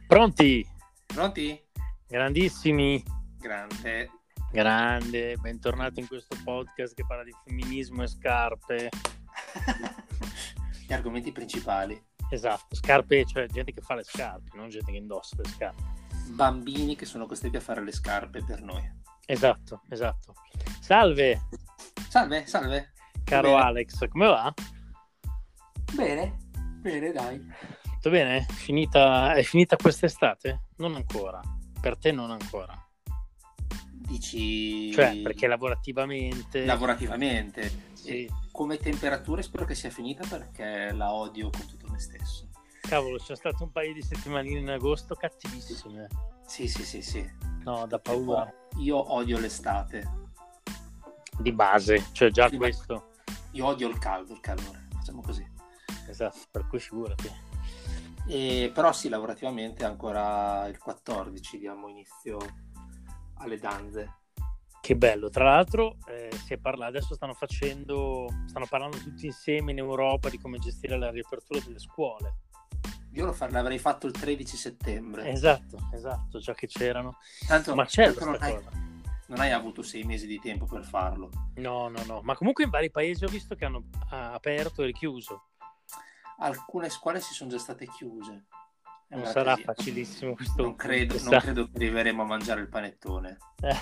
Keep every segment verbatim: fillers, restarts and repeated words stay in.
Pronti? Pronti? Grandissimi, Grande. grande, bentornati in questo podcast che parla di femminismo e scarpe. Gli argomenti principali. Esatto, scarpe, cioè gente che fa le scarpe, non gente che indossa le scarpe. Bambini che sono costretti a fare le scarpe per noi. Esatto, esatto. Salve, Salve, salve. caro Bene. Alex, come va? Bene, bene, dai. Tutto bene? Finita, è finita quest'estate? Non ancora, per te non ancora. Dici... Cioè, perché lavorativamente... Lavorativamente. Sì. E come temperature spero che sia finita perché la odio con tutto me stesso. Cavolo, c'è stato un paio di settimanine in agosto cattivissime. Sì, sì, sì, sì. No, da paura. Io odio l'estate. Di base, cioè già Di questo. Io odio il caldo, il calore. Facciamo così. Esatto, per cui figurati. E, però sì, lavorativamente ancora il quattordici diamo inizio alle danze. Che bello, tra l'altro eh, si è parlato, adesso stanno facendo, stanno parlando tutti insieme in Europa di come gestire la riapertura delle scuole. Io lo far, l'avrei fatto il tredici settembre. Esatto, esatto, già che c'erano. Tanto, Ma c'è tanto questa non, hai, cosa. non hai avuto sei mesi di tempo per farlo. No, no, no, ma comunque in vari paesi ho visto che hanno ah, aperto e richiuso. Alcune scuole si sono già state chiuse. È Non una sarà casina. facilissimo questo. Non credo, non credo che arriveremo a mangiare il panettone.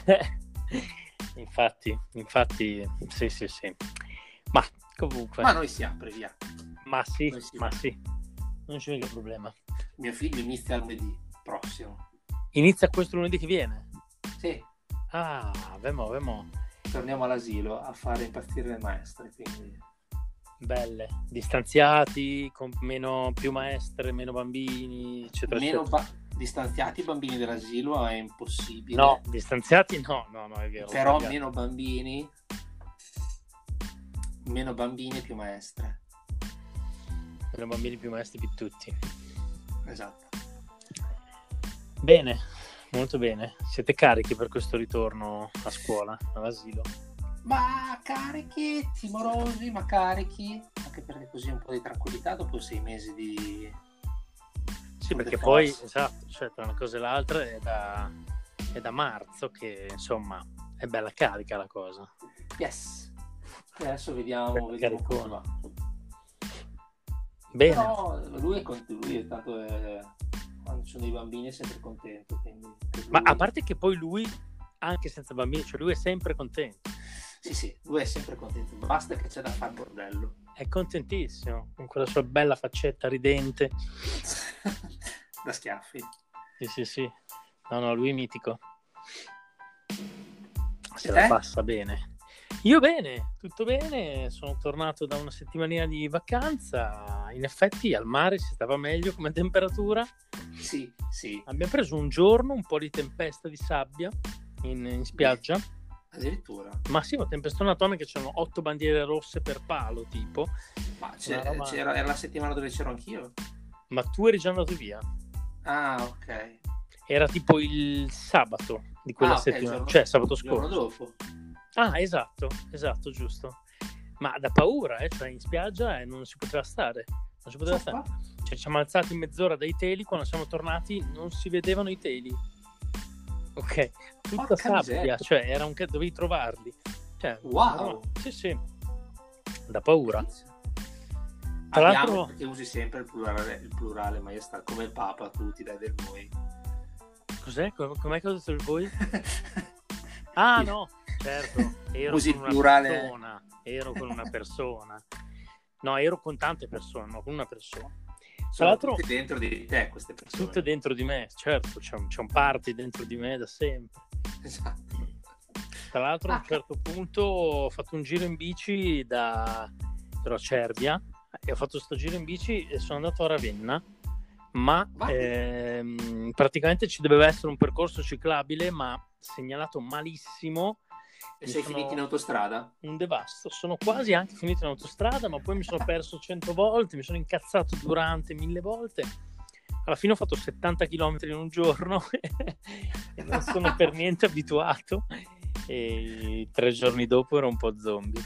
infatti, infatti, sì, sì, sì. Ma comunque. Ma noi si apre, via. Ma sì, Noi si ma apre. sì. Non c'è mica problema. Mio figlio inizia lunedì prossimo. Inizia questo lunedì che viene? Sì. Ah, vemo, vemo. Torniamo all'asilo a fare impazzire le maestre, quindi... Belle, distanziati, con meno, più maestre, meno bambini, eccetera, Meno eccetera. ba- distanziati i bambini dell'asilo è impossibile. No, distanziati no, no, no, è vero. Però sbagliato. meno bambini, meno bambini e più maestre. Meno bambini, più maestri, più tutti. Esatto. Bene, molto bene. Siete carichi per questo ritorno a scuola, all'asilo? Ma carichi, timorosi, ma carichi, anche perché così un po' di tranquillità dopo sei mesi di... Sì, Tour de perché poi, force. esatto, cioè tra una cosa e l'altra è da, è da marzo che, insomma, è bella carica la cosa. Yes. E adesso vediamo, Bella vediamo come caricona. va. Bene. Però lui è, cont- lui è tanto... È... Quando ci sono dei bambini è sempre contento. Quindi lui... Ma a parte che poi lui, anche senza bambini, cioè lui è sempre contento. Sì, sì, lui è sempre contento. Basta che c'è da far bordello. È contentissimo, con quella sua bella faccetta ridente. Da schiaffi. Sì, sì, sì. No, no, lui è mitico. Se E la te? passa bene. Io bene, tutto bene. Sono tornato da una settimanina di vacanza. In effetti al mare si stava meglio come temperatura. Sì, sì. Abbiamo preso un giorno un po' di tempesta di sabbia in, in spiaggia. Addirittura. Ma sì, una tempestona atomica, c'erano otto bandiere rosse per palo, tipo. Ma c'è- Una roba- c'era, era la settimana dove c'ero anch'io? Ma tu eri già andato via. Ah, ok. Era tipo il sabato di quella Ah, ok, settimana, giorno- cioè sabato il giorno scorso. dopo. Ah, esatto, esatto, giusto. Ma da paura, eh, cioè in spiaggia e non si poteva stare. Non si poteva stare. Cioè, ci siamo alzati in mezz'ora dai teli, quando siamo tornati non si vedevano i teli. Ok, tutta Porca sabbia, miseria. cioè era un ca- dovevi trovarli. Cioè, Wow. no, sì, sì. Da paura. Tra Abbiamo, l'altro- perché usi sempre il plurale, il plurale maestà, come il Papa, tu ti dai del noi. Cos'è? Com- Com'è che ho detto il voi? Ah, no, certo. Ero Usi con il una plurale. persona. Ero con una persona. No, ero con tante persone, no, con una persona. Tra Sono l'altro, tutte dentro di te queste persone. tutte dentro di me, certo, c'è un, c'è un party dentro di me da sempre. Esatto. Tra l'altro a Ah, un certo punto ho fatto un giro in bici da ero a Cervia e ho fatto sto giro in bici e sono andato a Ravenna, ma Vai. ehm, praticamente ci doveva essere un percorso ciclabile, ma segnalato malissimo. E Mi sei sono- finito in autostrada? Un devasto, sono quasi anche finito in autostrada, ma poi mi sono perso cento volte, mi sono incazzato durante mille volte. Alla fine ho fatto settanta chilometri in un giorno e non sono per niente abituato, e tre giorni dopo ero un po' zombie.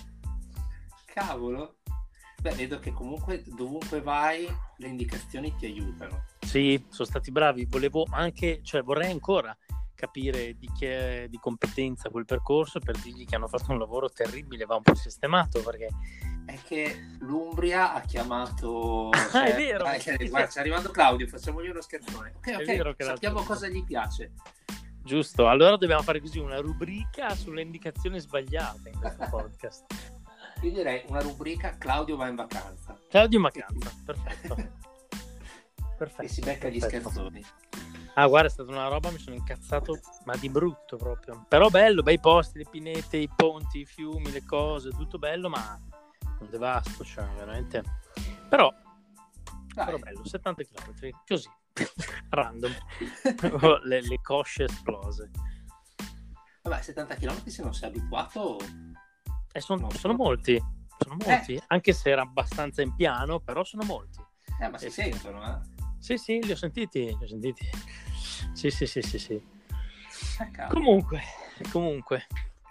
Cavolo. Beh, vedo che comunque dovunque vai le indicazioni ti aiutano. Sì, sono stati bravi. Volevo anche, cioè vorrei ancora capire di chi è di competenza quel percorso per dirgli che hanno fatto un lavoro terribile, va un po' sistemato, perché è che l'Umbria ha chiamato ah, cioè, è vero, dai, che, guarda, sta arrivando Claudio, facciamogli uno scherzone. Ok, ok, vero che sappiamo cosa gli piace. Giusto, allora dobbiamo fare così una rubrica sulle indicazioni sbagliate in questo podcast. Io direi una rubrica Claudio va in vacanza. Claudio in vacanza, perfetto. Perfetto. E si becca gli perfetto. scherzoni. Ah, guarda, è stata una roba, mi sono incazzato, ma di brutto proprio. Però bello, bei posti, le pinete, i ponti, i fiumi, le cose, tutto bello, ma un devasto, cioè veramente. Però, però bello, settanta chilometri, così, random, le, le cosce esplose. Vabbè, settanta chilometri se non sei abituato... Eh, son, sono molti, sono molti, eh. Anche se era abbastanza in piano, però sono molti. Eh, ma si eh, sentono, eh? Sì, sì, li ho sentiti, li ho sentiti. Sì, sì, sì, sì, sì. Eh, comunque, comunque.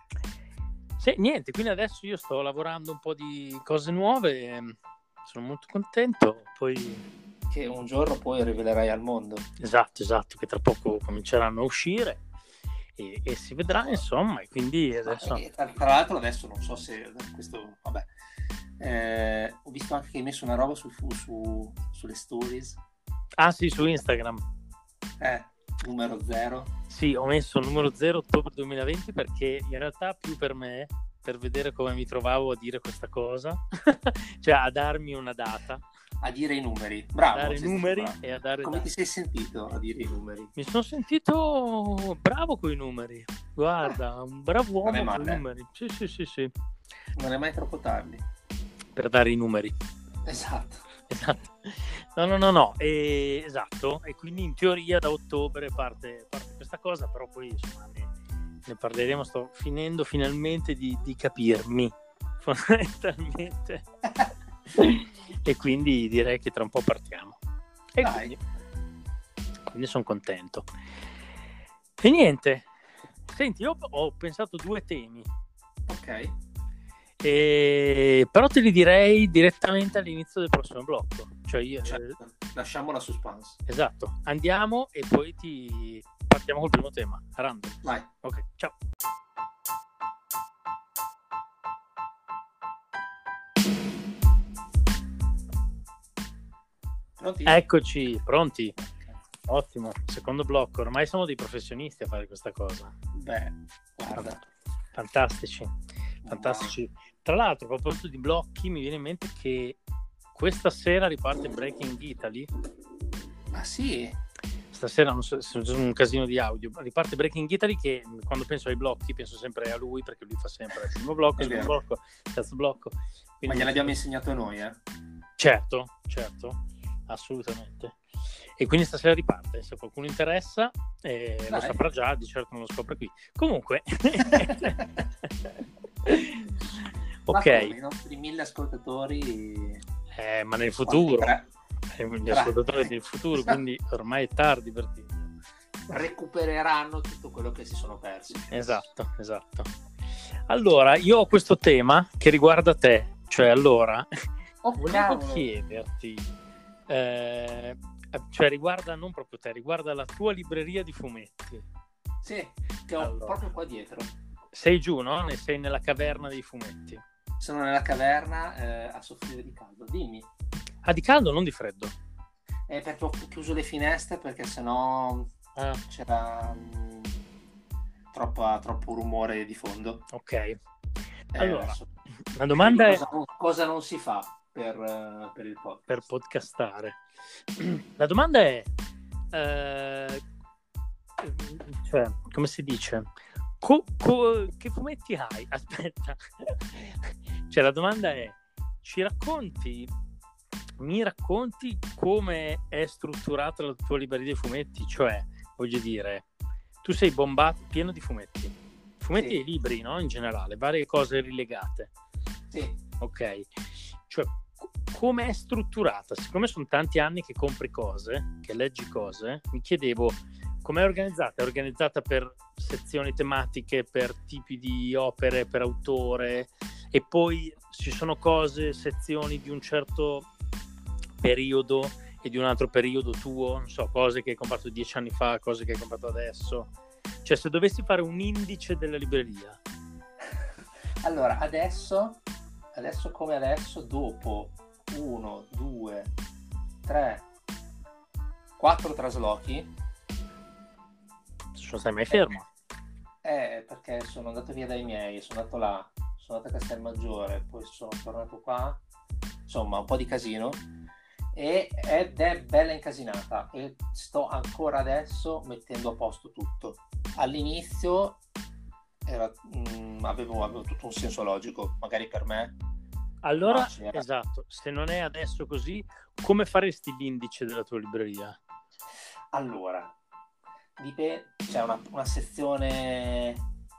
Sì, niente, quindi adesso io sto lavorando un po' di cose nuove, sono molto contento, poi... Che un giorno poi rivelerai al mondo. Esatto, esatto, che tra poco cominceranno a uscire e, e si vedrà, insomma, e quindi adesso... E tra, tra l'altro adesso non so se questo, vabbè, eh, ho visto anche che hai messo una roba su, su, sulle stories. Ah sì, su Instagram. Eh, numero zero. Sì, ho messo il numero zero ottobre duemilaventi perché in realtà più per me, per vedere come mi trovavo a dire questa cosa, cioè a darmi una data. A dire i numeri, bravo. A dare i numeri e a dare Come date. Ti sei sentito a dire i numeri? Mi sono sentito bravo con i numeri, guarda, ah, un bravo uomo con i numeri. Sì, sì, sì, sì. Non è mai troppo tardi. Per dare i numeri. Esatto. Esatto. No, no, no, no, e, esatto, e quindi in teoria da ottobre parte, parte questa cosa, però poi insomma ne, ne parleremo, sto finendo finalmente di, di capirmi, fondamentalmente, e quindi direi che tra un po' partiamo. E Dai. quindi, quindi sono contento. E niente, senti, io ho pensato due temi. Ok. E... però te li direi direttamente all'inizio del prossimo blocco, cioè io certo. Lasciamo la suspense. Esatto, andiamo e poi ti partiamo col primo tema random. Vai. Ok, ciao. Pronti? Eccoci, pronti. Ottimo, secondo blocco, ormai siamo dei professionisti a fare questa cosa. Beh, guarda, fantastici. Fantastici. Tra l'altro, a proposito di blocchi, mi viene in mente che questa sera riparte Breaking Italy. Ma sì? Stasera non so, c'è un casino di audio. Riparte Breaking Italy che quando penso ai blocchi penso sempre a lui, perché lui fa sempre il primo blocco, il secondo blocco, il terzo blocco. Quindi... Ma gliel'abbiamo insegnato noi, eh? Certo, certo, assolutamente. E quindi stasera riparte, se qualcuno interessa eh, lo saprà già, di certo non lo scopre qui. Comunque... ok, i nostri mille ascoltatori eh, ma nel futuro eh, gli ascoltatori del futuro, quindi ormai è tardi per dire. Recupereranno tutto quello che si sono persi. Esatto, esatto. Allora, io ho questo tema che riguarda te, cioè allora oh, volevo chiederti eh, cioè riguarda non proprio te, riguarda la tua libreria di fumetti. Sì, che ho allora. proprio qua dietro. Sei giù, no? Ne sei nella caverna dei fumetti. Sono nella caverna eh, a soffrire di caldo. Dimmi. Ah, di caldo, non di freddo? Eh, perché ho chiuso le finestre perché sennò ah. c'era mh, troppa, troppo rumore di fondo. Ok. Eh, allora, adesso, la domanda è... Cosa, cosa non si fa per, uh, per il podcast? Per podcastare. La domanda è... Eh, cioè, come si dice... Co- co- che fumetti hai? Aspetta, cioè la domanda è: ci racconti, mi racconti come è strutturata la tua libreria di fumetti? Cioè, voglio dire, tu sei bombato, pieno di fumetti, fumetti sì. E libri, no? In generale, varie cose rilegate. Sì. Ok, cioè come è strutturata? Siccome sono tanti anni che compri cose, che leggi cose, mi chiedevo com'è organizzata? È organizzata per sezioni tematiche, per tipi di opere, per autore, e poi ci sono cose, sezioni di un certo periodo e di un altro periodo tuo, non so, cose che hai comprato dieci anni fa, cose che hai comprato adesso. Cioè, se dovessi fare un indice della libreria. Allora, adesso, adesso come adesso, dopo uno, due, tre, quattro traslochi. Non stai mai fermo? Eh, perché sono andato via dai miei, sono andato là, sono andato a Castelmaggiore, poi sono tornato qua, insomma un po' di casino, e, ed è bella incasinata e sto ancora adesso mettendo a posto tutto. All'inizio era, mh, avevo, avevo tutto un senso logico, magari per me. Allora, esatto, se non è adesso così, come faresti l'indice della tua libreria? Allora, dipende, c'è una, una sezione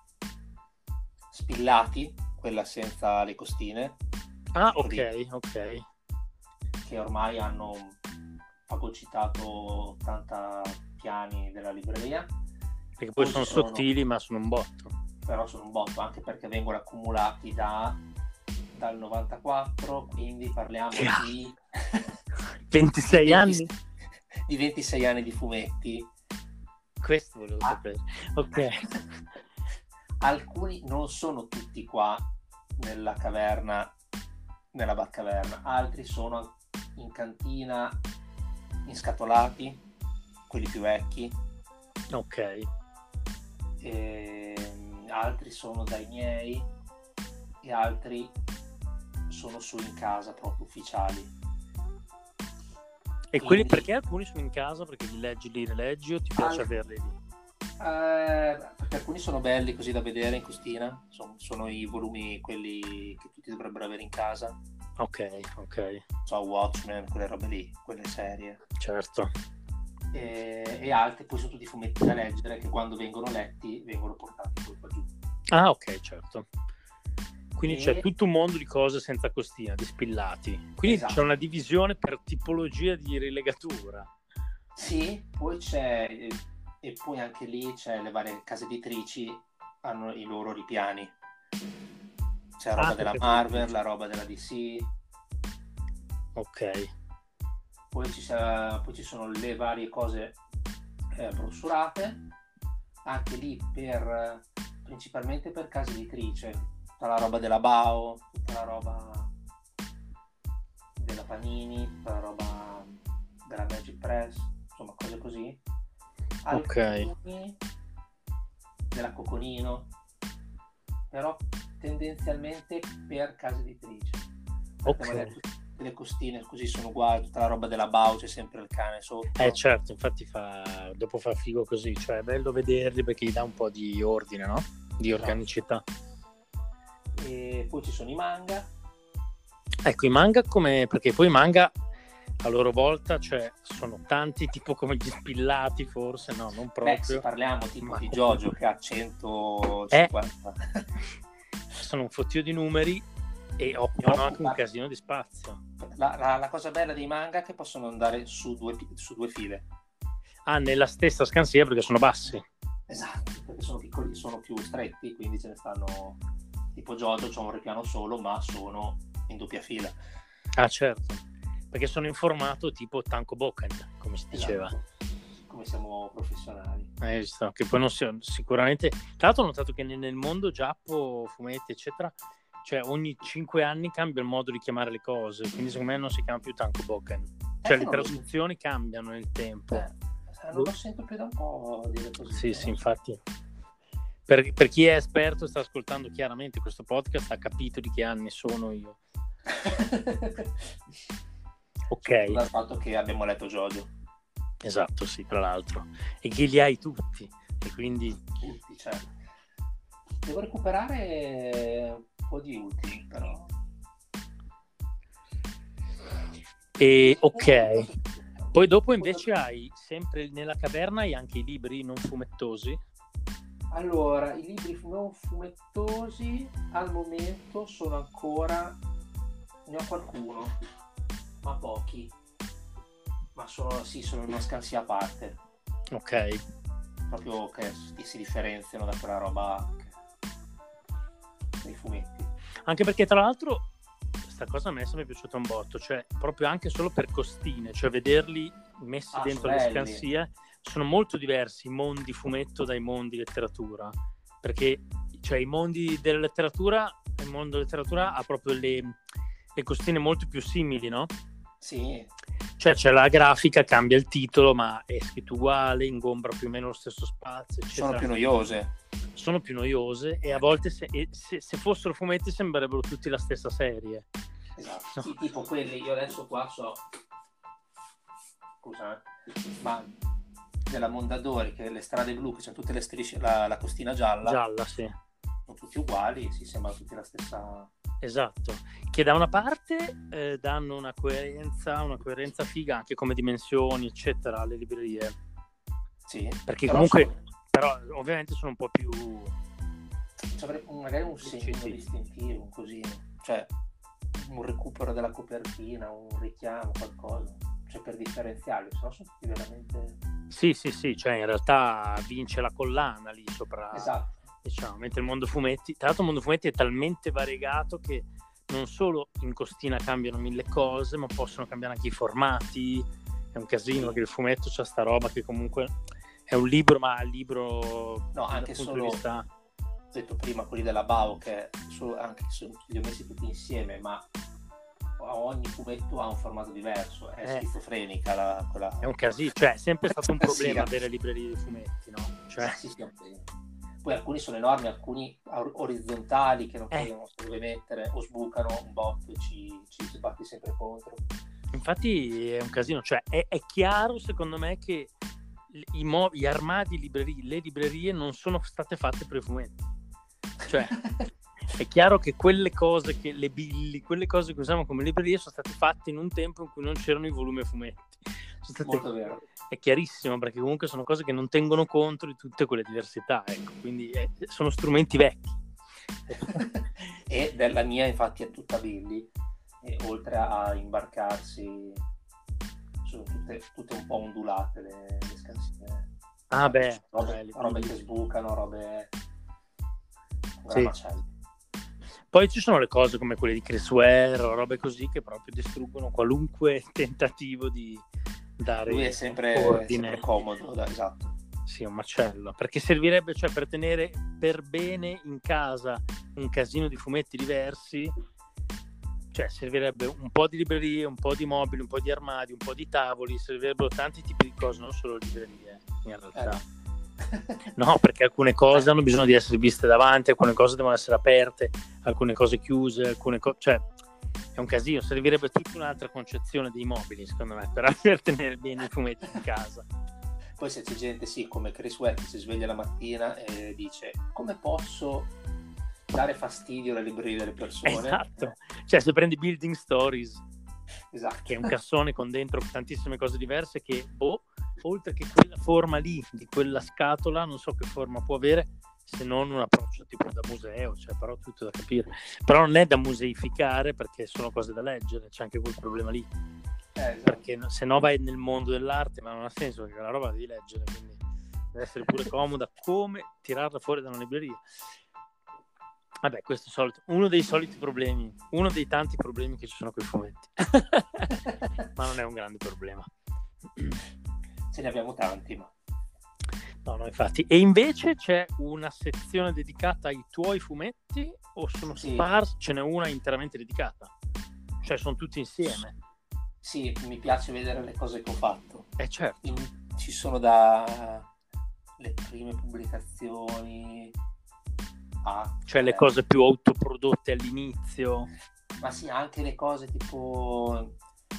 spillati, quella senza le costine. Ah, ok, ok. Che ormai hanno fagocitato ottanta piani della libreria. Perché poi, poi sono, sono sottili, ma sono un botto. Però sono un botto, anche perché vengono accumulati da dal novantaquattro, quindi parliamo yeah. di ventisei di, anni? Di ventisei anni di fumetti. Questo volevo ah. sapere. Ok. Alcuni non sono tutti qua nella caverna, nella Batcaverna, altri sono in cantina, inscatolati, quelli più vecchi. Ok. E altri sono dai miei e altri sono su in casa, proprio ufficiali. E quindi, quelli perché alcuni sono in casa? Perché li leggi, li rileggi o ti piace al... averli lì? Eh, perché alcuni sono belli così da vedere in costina, sono, sono i volumi quelli che tutti dovrebbero avere in casa. Ok, ok. So, Watchmen, quelle robe lì, quelle serie. Certo. E, e altri poi sono tutti fumetti da leggere che quando vengono letti vengono portati poi qua giù. Ah, ok, certo. Quindi e... c'è tutto un mondo di cose senza costina, di spillati. Quindi esatto. C'è una divisione per tipologia di rilegatura. Sì, poi c'è, e poi anche lì c'è le varie case editrici, hanno i loro ripiani. C'è la roba ah, della Marvel, la roba della D C. Ok. Poi ci, poi ci sono le varie cose eh, brossurate, anche lì per principalmente per case editrici. Tutta la roba della Bao, tutta la roba della Panini, tutta la roba della Magic Press, insomma cose così. Alcuni ok. Della Coconino, però tendenzialmente per case editrici. Ok. Le costine così sono uguali, tutta la roba della Bao, c'è sempre il cane sotto. Eh certo, infatti fa dopo fa figo così, cioè è bello vederli perché gli dà un po' di ordine, no? Di organicità. E poi ci sono i manga. Ecco, i manga come, perché poi i manga a loro volta, cioè sono tanti, tipo come gli spillati forse, no, non proprio. Beh, se parliamo tipo ma... di JoJo che ha centocinquanta. Eh, sono un fottio di numeri e occupano anche un casino di spazio. La, la, la cosa bella dei manga è che possono andare su due, su due file. Ah, nella stessa scansia perché sono bassi. Esatto, perché sono piccoli, sono più stretti, quindi ce ne stanno tipo JoJo, c'è un ripiano solo, ma sono in doppia fila. Ah, certo, perché sono in formato tipo Tanko Boken, come si diceva. Esatto. Come siamo professionali. Eh, visto, che poi non si, sicuramente. Tra l'altro ho notato che nel mondo giappo, fumetti, eccetera, cioè ogni cinque anni cambia il modo di chiamare le cose, quindi secondo me non si chiama più Tanko Boken. Cioè eh, le traduzioni so. cambiano nel tempo. Eh, non lo sento più da un po' dire così. Sì, eh? sì, infatti. Per, per chi è esperto e sta ascoltando chiaramente questo podcast ha capito di che anni sono io. Ok. Dal fatto che abbiamo letto JoJo. Esatto, sì, tra l'altro. E che li hai tutti. E quindi... Tutti, cioè. Devo recuperare un po' di ultimi, però. E ok. Poi dopo invece hai sempre nella caverna hai anche i libri non fumettosi. Allora, i libri non fumettosi al momento sono ancora, ne ho qualcuno, ma pochi, ma sono, sì, sono in una scansia a parte. Ok. Proprio che si differenziano da quella roba dei fumetti. Anche perché tra l'altro sta cosa a me mi è piaciuta un botto, cioè proprio anche solo per costine, cioè vederli messi Ah, dentro sono le belli. scansie. Sono molto diversi i mondi fumetto dai mondi letteratura, perché cioè i mondi della letteratura, il mondo della letteratura ha proprio le, le costine molto più simili, no? Sì, Cioè c'è la grafica, cambia il titolo, ma è scritto uguale, ingombra più o meno lo stesso spazio, eccetera. sono più noiose. Sono più noiose e a volte se, e se, se fossero fumetti sembrerebbero tutti la stessa serie. Esatto. No. Sì, tipo quelli, io adesso qua so, scusa, eh, ma della Mondadori, che le strade blu, che sono tutte le strisce, la, la costina gialla, Gialla, sì. sono tutti uguali, si sembra tutti la stessa. Esatto, che da una parte eh, danno una coerenza, una coerenza figa anche come dimensioni, eccetera, alle librerie. Sì, Perché però comunque, sono- però ovviamente sono un po' più... ci avrebbe magari un segno Sì, sì. distintivo, un cosino, cioè un recupero della copertina, un richiamo, qualcosa, cioè per differenziarli, se no sono tutti veramente. Sì, sì, sì, cioè in realtà vince la collana lì sopra, Esatto. diciamo, mentre il mondo fumetti, tra l'altro il mondo fumetti è talmente variegato che non solo in costina cambiano mille cose, ma possono cambiare anche i formati, è un casino, perché il fumetto c'ha sta roba che comunque è un libro, ma il libro No, anche dal punto solo- di vista... Ho detto prima quelli della Bao, che solo, anche se li ho messi tutti insieme, ma ogni fumetto ha un formato diverso, è Eh. schizofrenica la, quella. È un casino, cioè è sempre stato un problema Sì. avere librerie di fumetti, no? Cioè, Sì, sì, sì. Poi alcuni sono enormi, alcuni or- orizzontali che non Eh. sai dove mettere, o sbucano un botto e ci, ci sbatti sempre contro. infatti è un casino, cioè è, è chiaro secondo me che i mo- gli armadi, i librerie, le librerie non sono state fatte per i fumetti. Cioè, è chiaro che quelle cose che le billi, quelle cose che usiamo come librerie sono state fatte in un tempo in cui non c'erano i volumi a fumetti. Sono state... Molto vero. È chiarissimo, perché comunque sono cose che non tengono conto di tutte quelle diversità, ecco, quindi eh, sono strumenti vecchi. E della mia infatti è tutta Billy, e oltre a imbarcarsi sono tutte, tutte un po' ondulate le, le scansine. Ah beh, robe, belli, robe belli. che sbucano, robe un Sì. gran macello. Poi ci sono le cose come quelle di Chris Ware o robe così che proprio distruggono qualunque tentativo di dare Lui è sempre, ordine. sempre comodo, da, esatto. Sì, un macello, perché servirebbe, cioè, per tenere per bene in casa un casino di fumetti diversi, cioè servirebbe un po' di librerie, un po' di mobili, un po' di armadi, un po' di tavoli, servirebbero tanti tipi di cose, non solo librerie in realtà. Eh. No, perché alcune cose hanno bisogno di essere viste davanti, alcune cose devono essere aperte, alcune cose chiuse, alcune cose, cioè è un casino, servirebbe tutta un'altra concezione dei mobili, secondo me, per, per tenere bene i fumetti in casa. Poi se c'è gente, sì, come Chris Ware, che si sveglia la mattina e dice: come posso dare fastidio alle librerie delle persone? Esatto, cioè se prendi Building Stories, Esatto. che è un cassone con dentro tantissime cose diverse, che boh, oltre che quella forma lì, di quella scatola, non so che forma può avere, se non un approccio tipo da museo, cioè, però tutto da capire. Però non è da museificare, perché sono cose da leggere, c'è anche quel problema lì. Eh, esatto. Perché se no vai nel mondo dell'arte, ma non ha senso, perché la roba la devi leggere, quindi deve essere pure comoda come tirarla fuori da una libreria. Vabbè, questo è solito, uno dei soliti problemi, uno dei tanti problemi che ci sono con i fumetti. Ma non è un grande problema. Ce ne abbiamo tanti, ma No, no, infatti. E invece c'è una sezione dedicata ai tuoi fumetti o sono Sì. sparsi? Ce n'è una interamente dedicata? Cioè sono tutti insieme? sì, mi piace vedere le cose che ho fatto. Eh certo. In- ci sono da le prime pubblicazioni a, Cioè le eh, cose più autoprodotte all'inizio. ma sì, anche le cose tipo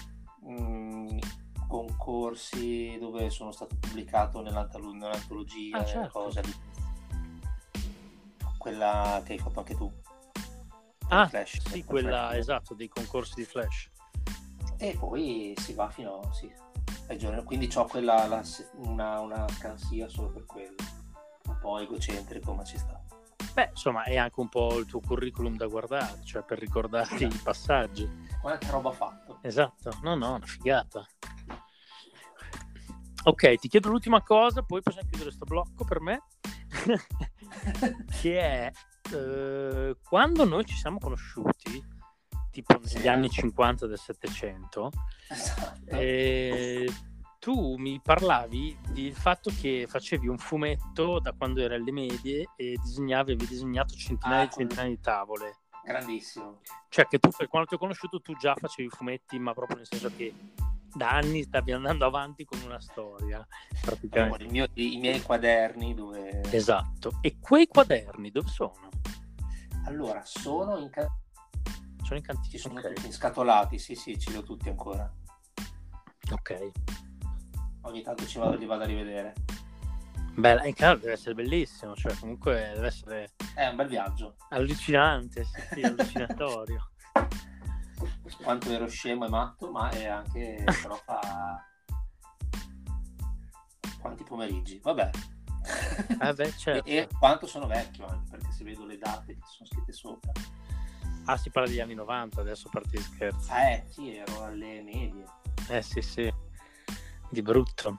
mh, concorsi dove sono stato pubblicato nell'antolo- nell'antologia, Ah, e certo. cose lì. Quella che hai fatto anche tu. Ah, Flash, sì, Flash. quella, esatto, dei concorsi di Flash. E poi si va fino sì, ai giorni. Quindi ho quella la- una, una scansia solo per quello. Un po' egocentrico, ma ci sta. Beh, insomma, è anche un po' il tuo curriculum da guardare, cioè per ricordarti i passaggi. Quanta roba ho fatto? Esatto, no, no, una figata. Ok, ti chiedo l'ultima cosa, poi possiamo chiudere sto blocco per me, che è eh, quando noi ci siamo conosciuti, tipo negli Sì. anni cinquanta del Settecento. Esatto. E tu mi parlavi del fatto che facevi un fumetto da quando eri alle medie e disegnavi, avevi disegnato centinaia Ah, e centinaia di tavole. Grandissimo. Cioè che tu, quando ti ho conosciuto, tu già facevi fumetti, ma proprio nel senso che da anni stavi andando avanti con una storia, praticamente. Il mio, i miei quaderni dove... Esatto. E quei quaderni dove sono? Allora, sono in ca- Sono in ci cantina. sono Ok. tutti inscatolati, sì, sì, ce li ho tutti ancora. Ok. Ogni tanto ci vado, li vado a rivedere. Beh, in casa deve essere bellissimo, cioè comunque deve essere È un bel viaggio. allucinante, sì, sì, allucinatorio. Quanto ero scemo e matto, ma è anche però fa quanti pomeriggi, vabbè. Eh beh, certo. e, e quanto sono vecchio anche, perché se vedo le date che sono scritte sopra. Ah, si parla degli anni novanta, adesso a parte gli scherzi. Eh sì, ero alle medie. Eh sì, sì, di brutto.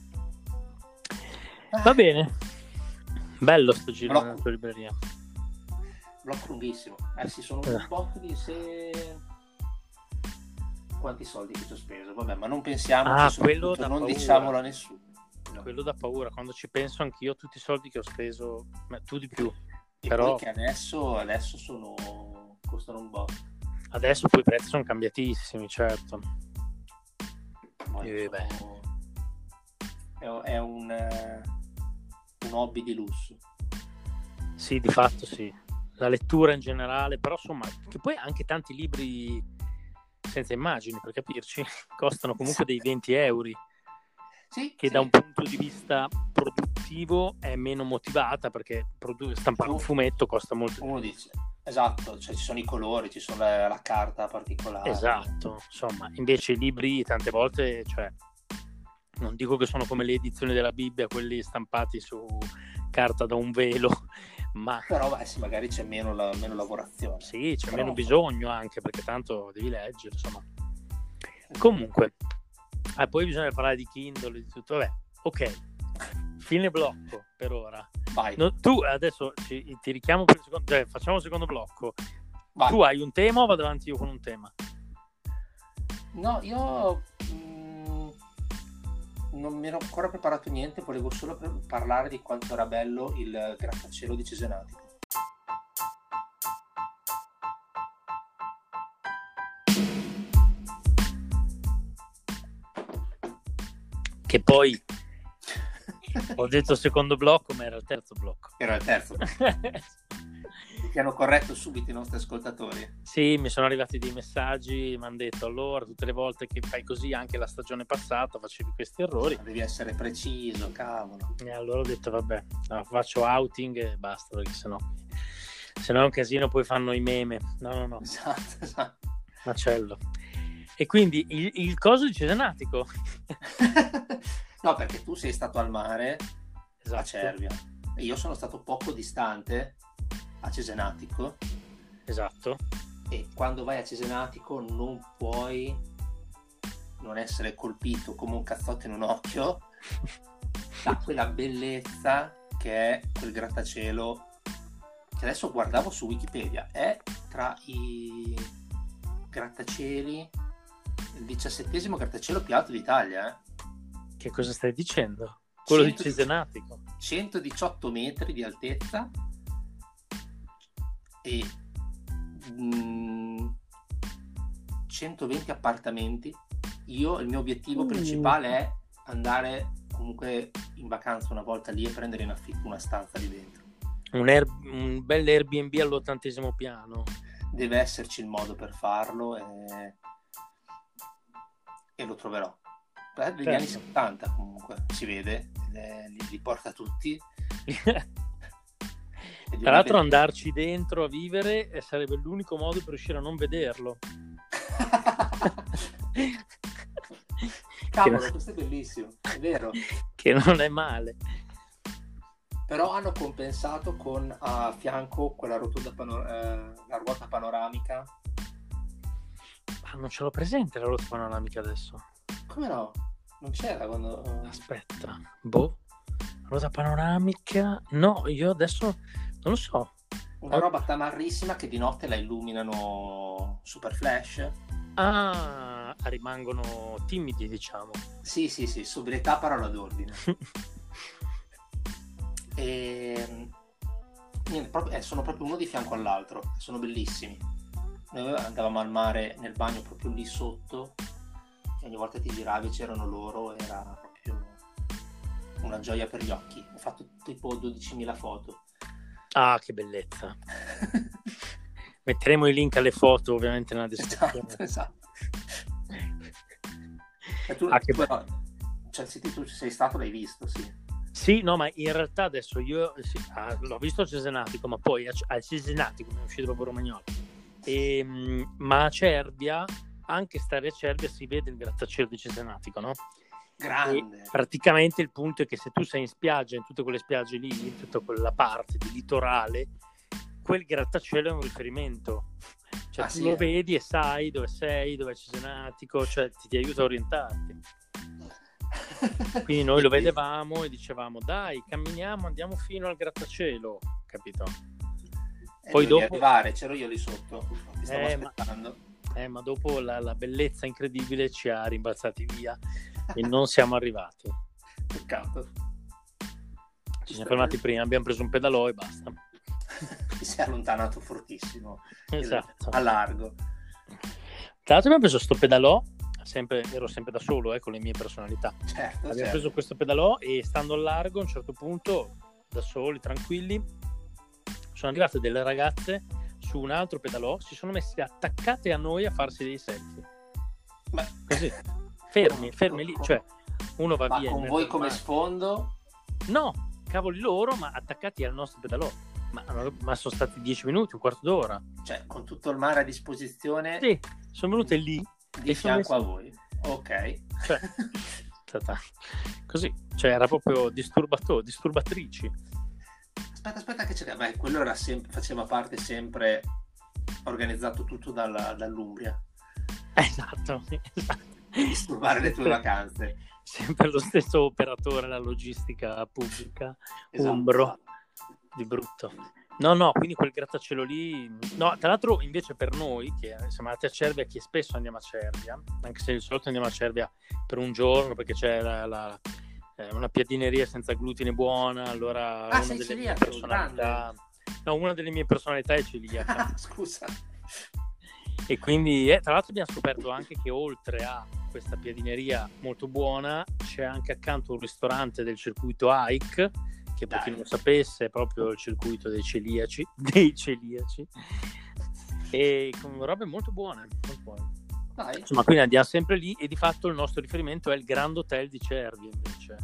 Va bene. Bello sto giro Blocco. nella tua libreria. Blocco lunghissimo. Eh sì, sono Eh. un po' di se... Quanti soldi che ci ho speso, vabbè, ma non pensiamo, Ah, che quello soprattutto da non paura. diciamolo a nessuno. No. Quello da paura, quando ci penso anch'io, tutti i soldi che ho speso, ma tu di più. E Però poi che adesso, adesso sono costano un botto. adesso poi i prezzi sono cambiatissimi, certo. Ma Eh, beh. sono- È, è un, eh, un hobby di lusso. Sì, di fatto sì. La lettura in generale, però insomma, che poi anche tanti libri senza immagini, per capirci, costano comunque dei venti euro, Sì, che sì. da un punto di vista produttivo è meno motivata, perché produ- stampare un fumetto costa molto. Uno dice, esatto, cioè ci sono i colori, ci sono la, la carta particolare. Esatto, insomma, invece i libri tante volte, cioè, non dico che sono come le edizioni della Bibbia, quelli stampati su carta da un velo, ma Però beh, sì, magari c'è meno, la, meno lavorazione. sì, c'è Però- meno bisogno anche, perché tanto devi leggere, insomma. Comunque, ah, poi bisogna parlare di Kindle e di tutto. Vabbè, ok, fine blocco per ora. Vai, No, tu adesso ci- ti richiamo per il secondo, cioè, facciamo il secondo blocco. vai. Tu hai un tema o vado avanti io con un tema? No, io mm, non mi ero ancora preparato niente, volevo solo pre- parlare di quanto era bello il grattacielo di Cesenatico. Che poi ho detto secondo blocco, ma era il terzo blocco. Era il terzo. Ti hanno corretto subito i nostri ascoltatori. Sì, mi sono arrivati dei messaggi, mi hanno detto allora tutte le volte che fai così, anche la stagione passata facevi questi errori. Devi essere preciso, cavolo. E allora ho detto vabbè, no, faccio outing e basta, perché sennò se no è un casino, poi fanno i meme. No, no, no, Esatto, esatto. macello. E quindi il, il coso di Cesenatico. No, perché tu sei stato al mare a Esatto. Cervia e io sono stato poco distante a Cesenatico, Esatto. e quando vai a Cesenatico non puoi non essere colpito come un cazzotto in un occhio da quella bellezza che è quel grattacielo, che adesso guardavo su Wikipedia, è tra i grattacieli il diciassettesimo grattacielo più alto d'Italia, eh? Che cosa stai dicendo? Quello cento di Cesenatico. centodiciotto metri di altezza e mm, centoventi appartamenti. Io, il mio obiettivo Uh. principale è andare comunque in vacanza una volta lì e prendere in affitto una stanza lì dentro. Un, Air- un bel Airbnb all'ottantesimo piano. Deve esserci il modo per farlo e, e lo troverò. Beh, degli Certo. anni settanta comunque si vede, eh, li, li porta tutti. E di Tra una l'altro be- andarci dentro a vivere eh, sarebbe l'unico modo per riuscire a non vederlo. Cavolo, che, questo è bellissimo, è vero. che non è male. Però hanno compensato con a fianco quella rotonda pano- eh, la ruota panoramica. Ah, non ce l'ho presente la ruota panoramica adesso. Come no? Non c'era quando... Aspetta, boh, ruota panoramica. No, io adesso non lo so. Una roba tamarrissima che di notte la illuminano super flash. Ah, rimangono timidi, diciamo. Sì, sì, sì, sobrietà parola d'ordine. E niente, proprio, eh, sono proprio uno di fianco all'altro, sono bellissimi. Noi andavamo al mare nel bagno proprio lì sotto, e ogni volta ti giravi c'erano loro, era proprio una gioia per gli occhi. Ho fatto tipo dodicimila foto. Ah, che bellezza. Metteremo il link alle foto ovviamente nella descrizione. Esatto, esatto. E tu, Ah, che però, cioè, se tu ci sei stato l'hai visto, sì. Sì, no, ma in realtà adesso io sì, ah, l'ho visto a Cesenatico, ma poi a, a Cesenatico mi è uscito proprio romagnolo. E, ma a Cervia, anche stare a Cervia si vede il grattacielo di Cesenatico, no? Grande. E praticamente il punto è che se tu sei in spiaggia, in tutte quelle spiagge lì, in tutta quella parte di litorale, quel grattacielo è un riferimento. Cioè Ah, tu sì, lo eh? vedi e sai dove sei, dove è Cesenatico, cioè ti, ti aiuta a orientarti. Quindi noi lo vedevamo e dicevamo dai, camminiamo, andiamo fino al grattacielo, capito? E Poi dopo arrivare, c'ero io lì sotto, ti stavo eh, aspettando. Ma, eh, ma dopo la, la bellezza incredibile ci ha rimbalzati via e non siamo arrivati. Peccato. Ci siamo fermati prima, abbiamo preso un pedalò e basta. Ti sei allontanato fortissimo. Esatto. A largo. Tra l'altro abbiamo preso sto pedalò, sempre, ero sempre da solo, eh, con le mie personalità. Certo, Abbiamo certo. preso questo pedalò e stando al largo a un certo punto, da soli, tranquilli, sono arrivate delle ragazze su un altro pedalò, si sono messe attaccate a noi a farsi dei selfie. Ma... Così, fermi, fermi lì, cioè uno va ma via. con voi come sfondo? No, cavoli loro, ma attaccati al nostro pedalò. Ma, ma sono stati dieci minuti, un quarto d'ora. Cioè, con tutto il mare a disposizione? Sì, sono venute lì. Di fianco a voi. Ok. Cioè, stata così, cioè era proprio disturbatore, disturbatrici. Aspetta, aspetta che c'è. Beh, quello era sempre, faceva parte sempre organizzato tutto dalla, dall'Umbria. Esatto, esatto. Disturbare le tue vacanze. Sempre lo stesso operatore, la logistica pubblica, Esatto. umbro, di brutto. No, no, quindi quel grattacielo lì... No, tra l'altro invece per noi, che siamo andati a Cervia, che spesso andiamo a Cervia, anche se di solito andiamo a Cervia per un giorno, perché c'è la, la, eh, una piadineria senza glutine buona, allora ah, una sei delle celiaco, mie personalità... grande. No, una delle mie personalità è celiaca. Scusa. E quindi, eh, tra l'altro abbiamo scoperto anche che oltre a questa piadineria molto buona, c'è anche accanto un ristorante del circuito Hike, che per chi non lo sapesse è proprio il circuito dei celiaci, dei celiaci, e con robe molto buone, molto buone. Dai. Insomma, quindi andiamo sempre lì e di fatto il nostro riferimento è il Grand Hotel di Cervia invece,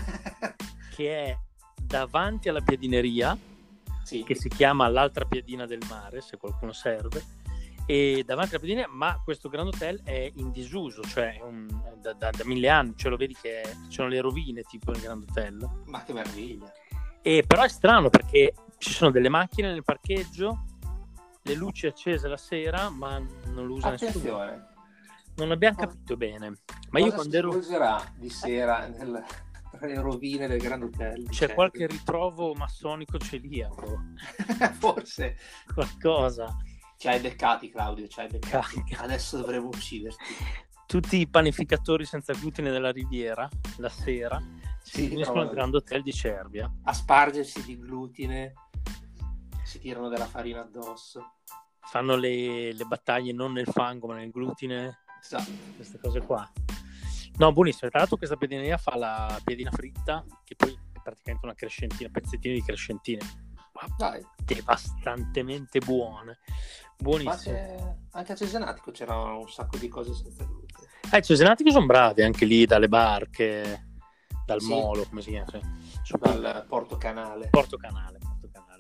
che è davanti alla piadineria, sì. che si chiama l'altra piadina del mare, se qualcuno serve, e davanti alla piadina, ma questo Grand Hotel è in disuso, cioè un, da, da, da mille anni, cioè lo vedi che ci sono le rovine tipo nel Grand Hotel. Ma che meraviglia. E però è strano perché ci sono delle macchine nel parcheggio, le luci accese la sera, ma non lo usa Attenzione. nessuno. Non abbiamo capito bene. Ma cosa io quando si ero svolgerà di sera nel, tra le rovine del Grand Hotel? c'è certo. qualche ritrovo massonico celiaco. Forse Qualcosa. ci hai beccati, Claudio, ci hai beccati. Cacca. Adesso dovremmo ucciderti. Tutti i panificatori senza glutine della Riviera la sera si riuniscono al Grand Hotel di Cervia a spargersi di glutine, si tirano della farina addosso, fanno le, le battaglie non nel fango ma nel glutine, esatto. Queste cose qua. No, buonissimo. Tra l'altro questa piadineria fa la piadina fritta, che poi è praticamente una crescentina, pezzettini di crescentine. Dai. Devastantemente buone, buonissime. Ma c'è... anche a Cesenatico c'era un sacco di cose senza glutine. Eh, Cesenatico sono bravi anche lì, dalle barche, dal sì. molo, come si chiama? Dal Porto Canale. Porto Canale, Porto Canale.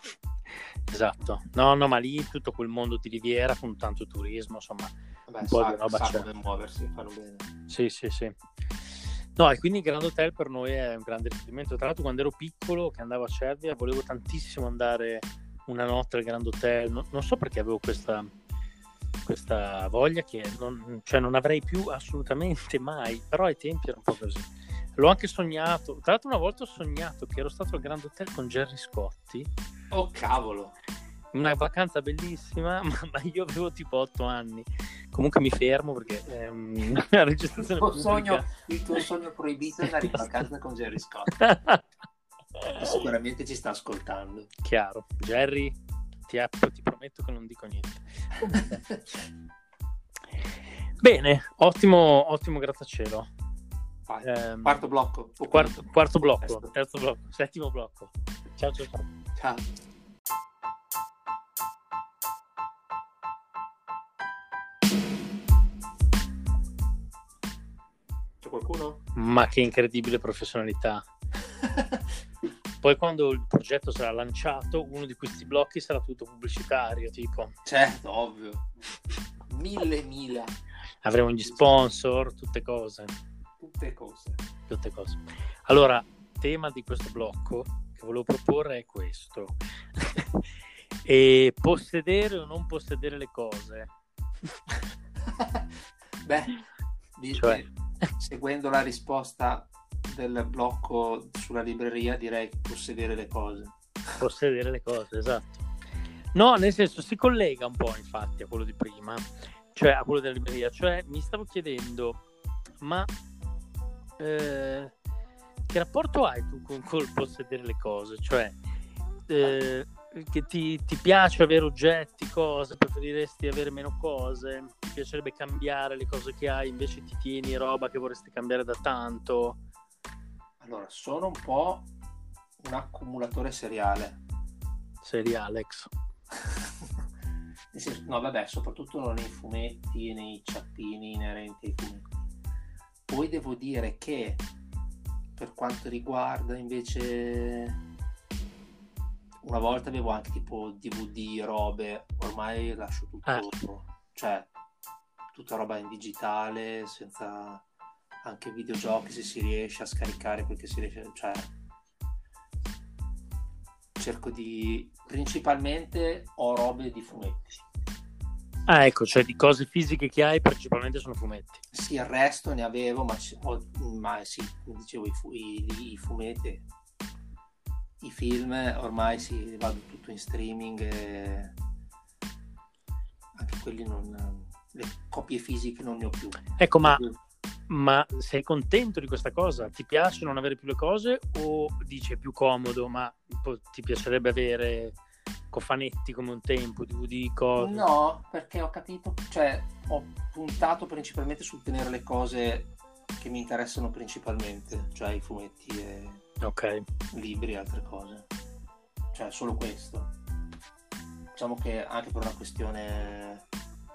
Esatto. No, no, ma lì tutto quel mondo di riviera con tanto turismo, insomma, Vabbè, un po' sa, di roba c'è. per muoversi, fanno bene. Sì, sì, sì. No, e quindi il Grand Hotel per noi è un grande riferimento. Tra l'altro quando ero piccolo, che andavo a Cervia, volevo tantissimo andare una notte al Grand Hotel. Non, non so perché avevo questa, questa voglia che non, cioè non avrei più assolutamente mai, però ai tempi era un po' così. L'ho anche sognato. Tra l'altro una volta ho sognato che ero stato al Grand Hotel con Gerry Scotti. Oh cavolo! una vacanza bellissima, ma, ma io avevo tipo otto anni. Comunque mi fermo perché è una registrazione il tuo, pubblica. sogno, il tuo sogno proibito è andare in vacanza con Gerry Scott. Sicuramente ci sta ascoltando. Chiaro. Gerry, ti, ti prometto che non dico niente. Bene, ottimo, ottimo grattacielo. Eh, quarto blocco. Quarto, quarto blocco, terzo blocco, settimo blocco. Ciao ciao ciao. Ciao. C'è qualcuno? Ma che incredibile professionalità. Poi quando il progetto sarà lanciato, uno di questi blocchi sarà tutto pubblicitario, tipo. Certo, ovvio. Mille mila. Avremo gli sponsor, tutte cose. Tutte cose. Tutte cose. Allora, tema di questo blocco che volevo proporre è questo. E possedere o non possedere le cose? Beh, cioè... seguendo la risposta del blocco sulla libreria, direi possedere le cose. Possedere le cose, esatto. No, nel senso, si collega un po' infatti a quello di prima, cioè a quello della libreria. Cioè, mi stavo chiedendo, ma eh, che rapporto hai tu con col possedere le cose? Cioè, eh, che ti, ti piace avere oggetti, cose, preferiresti avere meno cose? Ti piacerebbe cambiare le cose che hai, invece ti tieni roba che vorresti cambiare da tanto? Allora, sono un po' un accumulatore seriale. Serialex. No, vabbè, soprattutto nei fumetti e nei ciappini inerenti ai fumetti. Poi devo dire che per quanto riguarda invece, una volta avevo anche tipo D V D, robe, ormai lascio tutto, ah. cioè tutta roba in digitale, senza anche videogiochi, se si riesce a scaricare quel che si riesce, cioè cerco di, principalmente ho robe di fumetti. Ah, ecco, cioè di cose fisiche che hai principalmente sono fumetti. Sì, il resto ne avevo, ma, ho, ma sì, come dicevo, i, fu, i, i fumetti, i film, ormai sì, vado tutto in streaming e anche quelli non, le copie fisiche non ne ho più. Ecco, ma, ma sei contento di questa cosa? Ti piace non avere più le cose o dici è più comodo, ma ti piacerebbe avere cofanetti come un tempo, D V D, cose? No, perché ho capito, cioè ho puntato principalmente sul tenere le cose che mi interessano principalmente, cioè i fumetti e okay. libri e altre cose, cioè solo questo. Diciamo che anche per una questione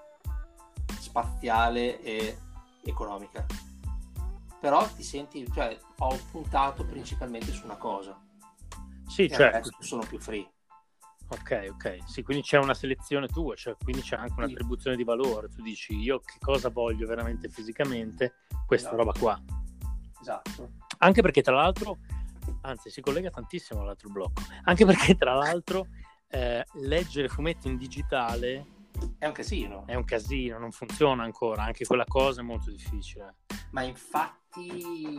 spaziale e economica, però ti senti, cioè ho puntato principalmente su una cosa, sì, e certo, sono più free. Ok, ok, sì, quindi c'è una selezione tua, cioè quindi c'è anche un'attribuzione di valore, tu dici io che cosa voglio veramente fisicamente, questa esatto. roba qua. Esatto. Anche perché tra l'altro, anzi si collega tantissimo all'altro blocco, anche perché tra l'altro eh, leggere fumetti in digitale è un casino. È un casino, non funziona ancora, anche quella cosa è molto difficile. Ma infatti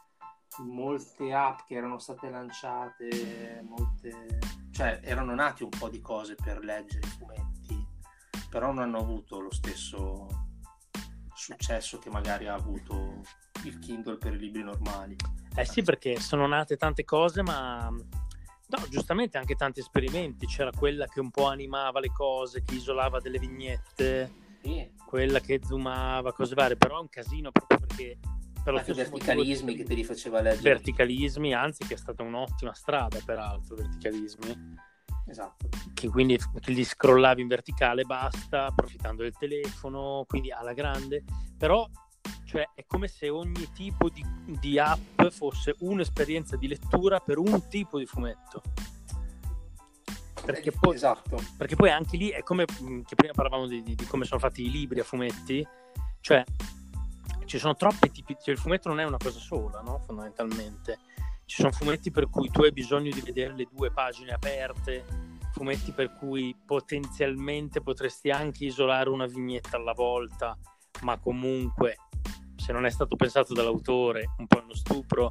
molte app che erano state lanciate, molte, cioè erano nati un po' di cose per leggere i fumetti, però non hanno avuto lo stesso successo che magari ha avuto il Kindle per i libri normali. Eh sì, perché sono nate tante cose, ma no, giustamente anche tanti esperimenti. C'era quella che un po' animava le cose, che isolava delle vignette, sì. Quella che zoomava, cose varie, però è un casino proprio perché per anche verticalismi che te li faceva leggere. Verticalismi, anzi, che è stata un'ottima strada peraltro, verticalismi. Esatto. Che quindi che li scrollavi in verticale basta, approfittando del telefono, quindi alla grande. Però cioè è come se ogni tipo di, di app fosse un'esperienza di lettura per un tipo di fumetto. Perché poi, esatto. Perché poi anche lì è come che prima parlavamo di, di, di come sono fatti i libri a fumetti, cioè ci sono troppi tipi, cioè il fumetto non è una cosa sola, no? Fondamentalmente ci sono fumetti per cui tu hai bisogno di vedere le due pagine aperte, fumetti per cui potenzialmente potresti anche isolare una vignetta alla volta, ma comunque se non è stato pensato dall'autore un po' uno stupro.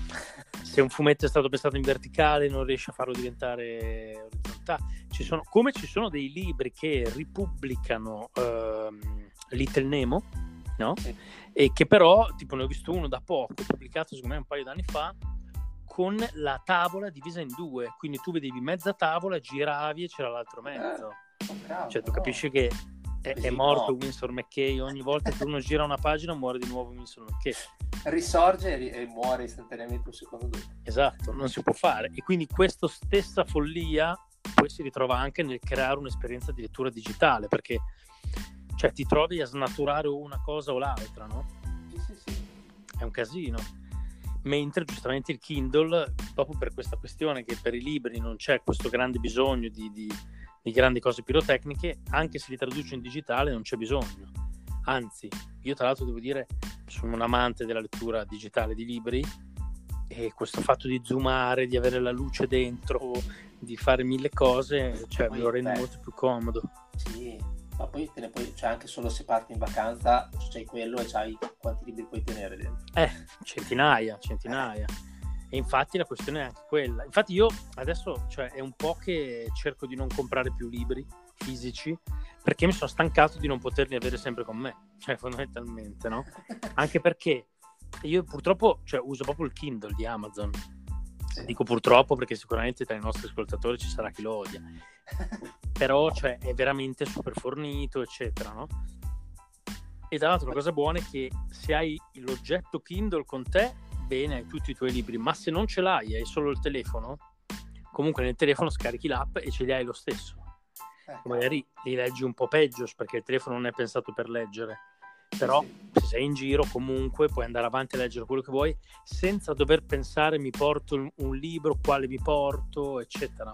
Se un fumetto è stato pensato in verticale non riesce a farlo diventare orizzontale. Ci sono, come ci sono dei libri che ripubblicano ehm, Little Nemo, no? Sì. E che però, tipo ne ho visto uno da poco, pubblicato secondo me un paio d'anni fa, con la tavola divisa in due, quindi tu vedevi mezza tavola, giravi e c'era l'altro mezzo. Eh, oh, cavolo, cioè tu no. capisci che è, Così, è morto no. Winsor McCay, ogni volta che uno gira una pagina muore di nuovo Winsor McCay. Risorge e, ri- e muore istantaneamente un secondo dopo. Esatto, non si può fare. E quindi questa stessa follia poi si ritrova anche nel creare un'esperienza di lettura digitale, perché cioè ti trovi a snaturare una cosa o l'altra, no? Sì, sì, sì. È un casino. Mentre giustamente il Kindle, proprio per questa questione che per i libri non c'è questo grande bisogno di, di, di grandi cose pirotecniche, anche se li traduce in digitale non c'è bisogno. Anzi, io tra l'altro devo dire, sono un amante della lettura digitale di libri, e questo fatto di zoomare, di avere la luce dentro, di fare mille cose, cioè Poi, me lo rende beh, molto più comodo. Sì, ma poi te ne puoi, cioè anche solo se parti in vacanza c'hai quello e c'hai quanti libri puoi tenere dentro. Eh, centinaia, centinaia. E infatti la questione è anche quella. Infatti io adesso, cioè, è un po' che cerco di non comprare più libri fisici, perché mi sono stancato di non poterli avere sempre con me, cioè fondamentalmente, no? Anche perché io purtroppo, cioè, uso proprio il Kindle di Amazon. Sì. Dico purtroppo perché sicuramente tra i nostri ascoltatori ci sarà chi lo odia. Però, cioè, è veramente super fornito, eccetera, no? E tra l'altro la cosa buona è che se hai l'oggetto Kindle con te, bene, hai tutti i tuoi libri, ma se non ce l'hai, hai solo il telefono, comunque nel telefono scarichi l'app e ce li hai lo stesso. Eh, Magari li leggi un po' peggio perché il telefono non è pensato per leggere, però sì. se sei in giro comunque puoi andare avanti a leggere quello che vuoi senza dover pensare mi porto un libro, quale mi porto, eccetera.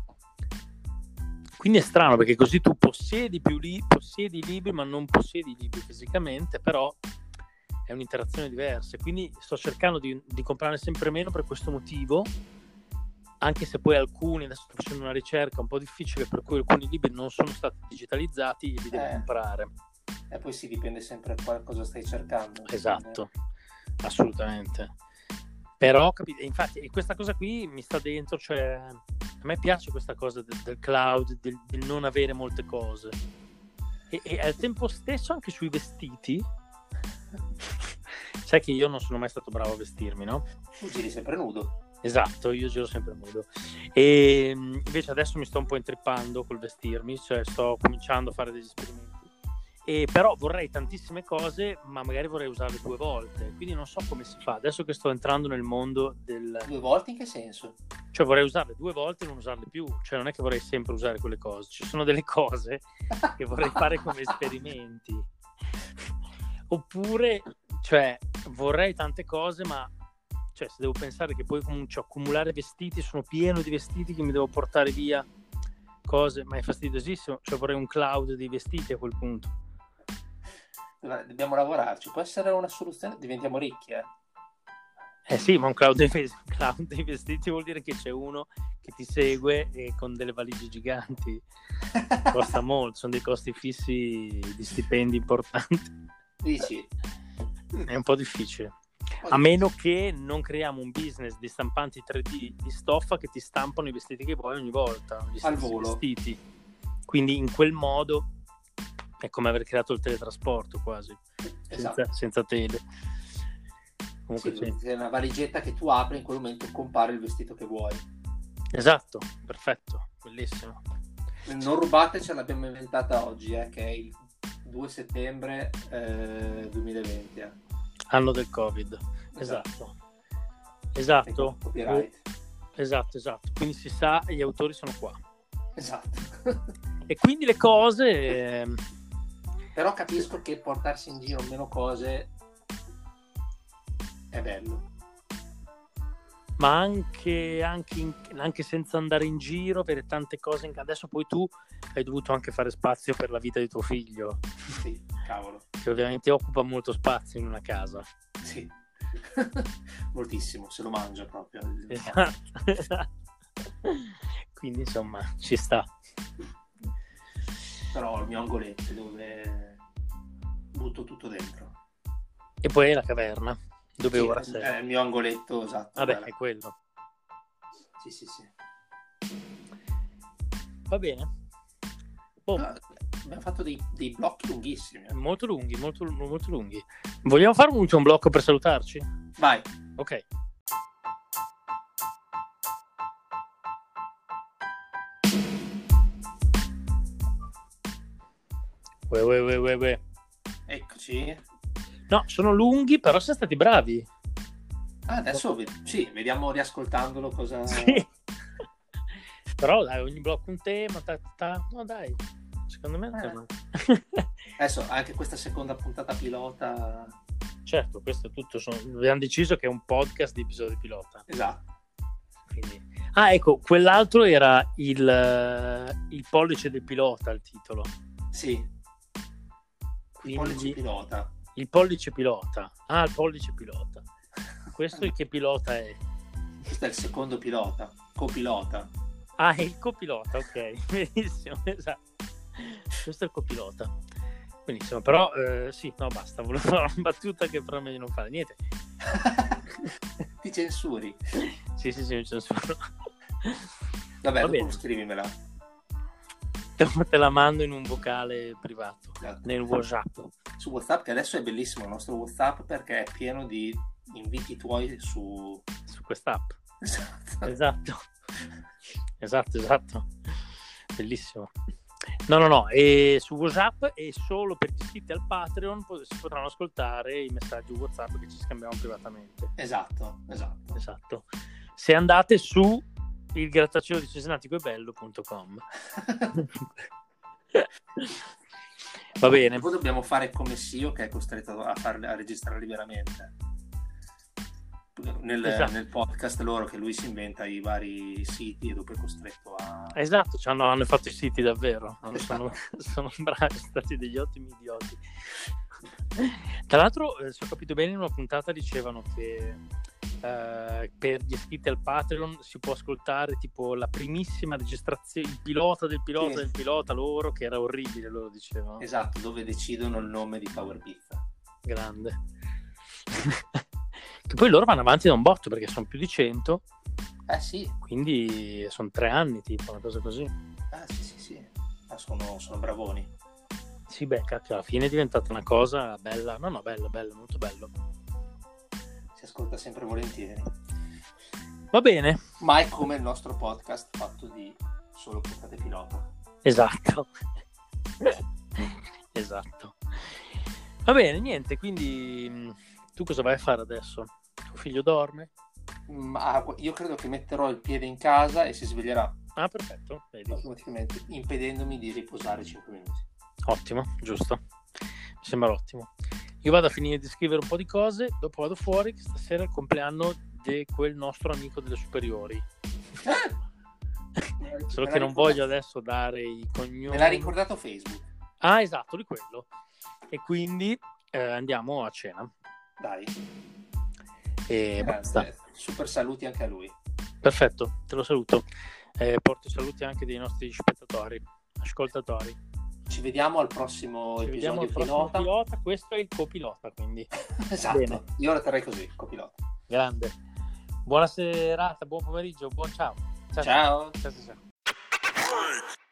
Quindi è strano perché così tu possiedi più li- possiedi i libri ma non possiedi i libri fisicamente, però è un'interazione diversa. Quindi sto cercando di, di comprarne sempre meno per questo motivo, anche se poi alcuni, adesso sto facendo una ricerca un po' difficile per cui alcuni libri non sono stati digitalizzati e li devo Eh. comprare. E poi si dipende sempre da cosa stai cercando. Esatto, assolutamente. Però capite, infatti e questa cosa qui mi sta dentro, cioè a me piace questa cosa del, del cloud, del, del non avere molte cose e, e al tempo stesso anche sui vestiti. Sai che io non sono mai stato bravo a vestirmi, no? Tu giri sempre nudo. Esatto, io giro sempre nudo e invece adesso mi sto un po' intrippando col vestirmi, cioè sto cominciando a fare degli esperimenti. E però vorrei tantissime cose, ma magari vorrei usarle due volte, quindi non so come si fa adesso che sto entrando nel mondo del... Due volte in che senso? Cioè vorrei usarle due volte e non usarle più, cioè non è che vorrei sempre usare quelle cose, ci sono delle cose che vorrei fare come esperimenti, oppure cioè vorrei tante cose, ma cioè se devo pensare che poi comincio a accumulare vestiti, sono pieno di vestiti che mi devo portare via cose, ma è fastidiosissimo, cioè vorrei un cloud di vestiti a quel punto. Dobbiamo lavorarci, può essere una soluzione, diventiamo ricchi, eh? Eh sì, ma un cloud dei, ves- cloud dei vestiti vuol dire che c'è uno che ti segue e con delle valigie giganti, costa molto, sono dei costi fissi di stipendi importanti. Dici? È un po' difficile, a meno che non creiamo un business di stampanti tre D di stoffa che ti stampano i vestiti che vuoi ogni volta, gli Al stessi volo. vestiti, quindi in quel modo è come aver creato il teletrasporto quasi, Esatto. senza, senza tele. Comunque Sì, sì. è una valigetta che tu apri, in quel momento compare il vestito che vuoi. Esatto, perfetto, bellissimo. Non rubate, ce l'abbiamo inventata oggi, eh, che è il due settembre eh, duemilaventi. Eh. Anno del Covid. Esatto. Esatto. Copyright. Esatto, esatto. Quindi si sa, gli autori sono qua. Esatto. E quindi le cose... eh, Però capisco che portarsi in giro meno cose è bello. ma anche, anche, in- anche senza andare in giro, avere tante cose in... Adesso poi tu hai dovuto anche fare spazio per la vita di tuo figlio, Sì, cavolo. che ovviamente occupa molto spazio in una casa. Sì. Moltissimo, se lo mangia proprio. Esatto, esatto. Quindi insomma ci sta. Però ho il mio angoletto dove butto tutto dentro. E poi la caverna, Dove Sì, ora è, sei? è il mio angoletto, esatto. Vabbè, guarda. è quello. Sì, sì, sì. Va bene. Oh, Ah, abbiamo fatto dei, dei blocchi lunghissimi. eh. molto lunghi, molto, molto lunghi. Vogliamo fare un ultimo blocco per salutarci? Vai. Ok. Uè, uè, uè, uè, uè. Eccoci. No, sono lunghi, però siete stati bravi. Ah, adesso ve- sì, vediamo riascoltandolo cosa... Sì. Però dai, ogni blocco un tema, ta, ta, ta. No dai, secondo me Eh. no. Adesso anche questa seconda puntata pilota... Certo, questo è tutto. Sono... Abbiamo deciso che è un podcast di episodi pilota. Esatto. Quindi... Ah, ecco, quell'altro era il, il pollice del pilota, il titolo. Sì, il Quindi... pollice pilota. Il pollice pilota. Ah, il pollice pilota. Questo è che pilota è? Questo è il secondo pilota, copilota. Ah, è il copilota, ok. Benissimo, esatto. Questo è il copilota. Benissimo, però eh, sì, no, basta. Volevo fare una battuta che però è meglio non fare niente. Ti censuri. Sì, sì, sì, mi censuro. Vabbè, Va dopo bene. scrivimela. Te te la mando in un vocale privato, Esatto. nel WhatsApp. Su WhatsApp, che adesso è bellissimo il nostro WhatsApp perché è pieno di inviti tuoi su... Su quest'app. Esatto. Esatto. Esatto, esatto. Bellissimo. No, no, no, e su WhatsApp e solo per gli iscritti al Patreon pot- si potranno ascoltare i messaggi WhatsApp che ci scambiamo privatamente. Esatto, esatto. Esatto. Se andate su il grattacielo di cesenaticoebello punto com. Va bene. Poi dobbiamo fare come Sio che è costretto a, far, a registrarli veramente. Nel, Esatto. nel podcast loro che lui si inventa i vari siti e dopo è costretto a... Esatto, cioè, hanno, hanno fatto i siti davvero. Esatto. Sono, sono bravi, sono stati degli ottimi idioti. Tra l'altro, eh, se ho capito bene, in una puntata dicevano che eh, per gli iscritti al Patreon si può ascoltare tipo la primissima registrazione, il pilota del pilota Sì. del pilota loro, che era orribile, loro dicevano. Esatto, dove decidono il nome di Power Pizza. Grande. Che poi loro vanno avanti da un botto perché sono più di cento, Eh sì, quindi sono tre anni tipo, una cosa così. ah, sì, sì, sì. Ah, sono, sono bravoni. Sì, beh, cacchio, alla fine è diventata una cosa bella, no no, bella, bella, molto bello. Si ascolta sempre volentieri. Va bene, Ma è come il nostro podcast fatto di solo puntate pilota. esatto. Esatto. Va bene, niente, quindi mh, tu cosa vai a fare adesso? Tuo figlio dorme? Ma io credo che metterò il piede in casa e si sveglierà Ah, perfetto, vedi. automaticamente, impedendomi di riposare cinque minuti. Ottimo, giusto. Mi sembra ottimo. Io vado a finire di scrivere un po' di cose, dopo vado fuori, che stasera è il compleanno di quel nostro amico delle superiori. Solo Me che l'ha non ricordato- voglio adesso dare i cognomi. Me l'ha ricordato Facebook. Ah, esatto, di quello. E quindi eh, andiamo a cena. Dai, E basta. grazie. Super saluti anche a lui. Perfetto, te lo saluto. Eh, porto i saluti anche dei nostri spettatori, ascoltatori. Ci vediamo al prossimo Ci vediamo episodio al prossimo pilota. pilota. Questo è il copilota, quindi Esatto. Bene. Io lo terrei così, copilota. grande. Buona serata, buon pomeriggio, buon ciao. Ciao. Ciao, ciao, ciao.